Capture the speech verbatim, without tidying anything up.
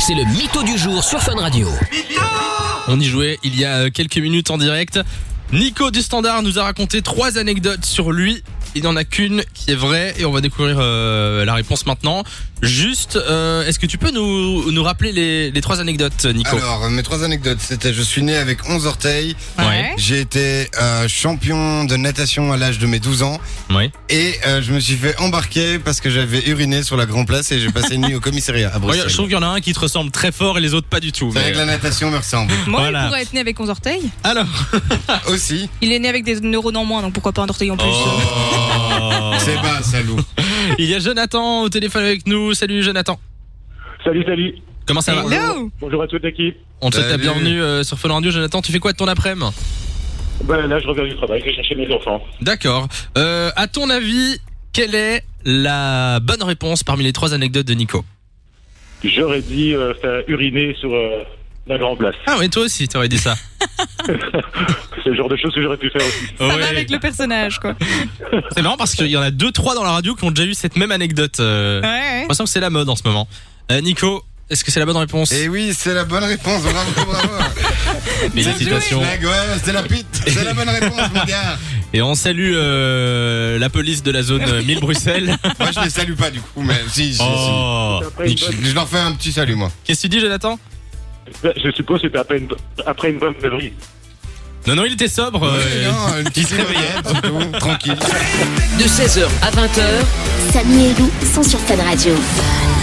c'est le mytho du jour sur Fun Radio. On y jouait il y a quelques minutes en direct. Nico du Standard nous a raconté trois anecdotes sur lui. Il n'y en a qu'une qui est vraie et on va découvrir euh, la réponse maintenant. Juste, euh, est-ce que tu peux nous, nous rappeler les, les trois anecdotes, Nico? Alors, mes trois anecdotes, c'était je suis né avec onze orteils. Ouais. J'ai été euh, champion de natation à l'âge de mes douze ans. Ouais. Et euh, je me suis fait embarquer parce que j'avais uriné sur la Grand Place et j'ai passé une nuit au commissariat à Bruxelles. Ouais, je trouve qu'il y en a un qui te ressemble très fort et les autres pas du tout. C'est vrai mais- que la natation me ressemble. Moi, Voilà. il pourrait être né avec onze orteils. Alors. Aussi. Il est né avec des neurones en moins, donc pourquoi pas un orteil en plus. Oh. C'est bas, salaud. Il y a Jonathan au téléphone avec nous. Salut Jonathan. Salut, salut. Comment ça va? Hello. Bonjour à toute l'équipe. On te souhaite la Salut. bienvenue euh, sur Fun Radio. Jonathan, tu fais quoi de ton après-midi? Ben, là, je reviens du travail, je vais chercher mes enfants. D'accord. Euh, à ton avis, quelle est la bonne réponse parmi les trois anecdotes de Nico? J'aurais dit euh, faire uriner sur euh, la Grand Place. Ah oui, toi aussi, tu aurais dit ça. C'est le genre de choses que j'aurais pu faire aussi. Ça Ouais. va avec le personnage, quoi. C'est marrant parce qu'il y en a deux, trois dans la radio qui ont déjà eu cette même anecdote. Euh, Ouais, J'ai ouais. l'impression que c'est la mode en ce moment. Euh, Nico, est-ce que c'est la bonne réponse? Et oui, c'est la bonne réponse. Bravo, bravo. Félicitations. Blague, ouais, c'est la pite. C'est la bonne réponse, mon gars. Et on salue euh, la police de la zone euh, mille Bruxelles. Moi, je les salue pas du coup, mais si, si, Oh. Après une si. bonne- Je leur fais un petit salut, moi. Qu'est-ce que tu dis, Jonathan? Je suppose que c'était après une, après une bonne beuverie. Non, non, il était sobre. Ouais, euh, non, une petite se réveillait. réveillette, surtout, tranquille. De seize heures à vingt heures, Samy et Lou sont sur Fun Radio.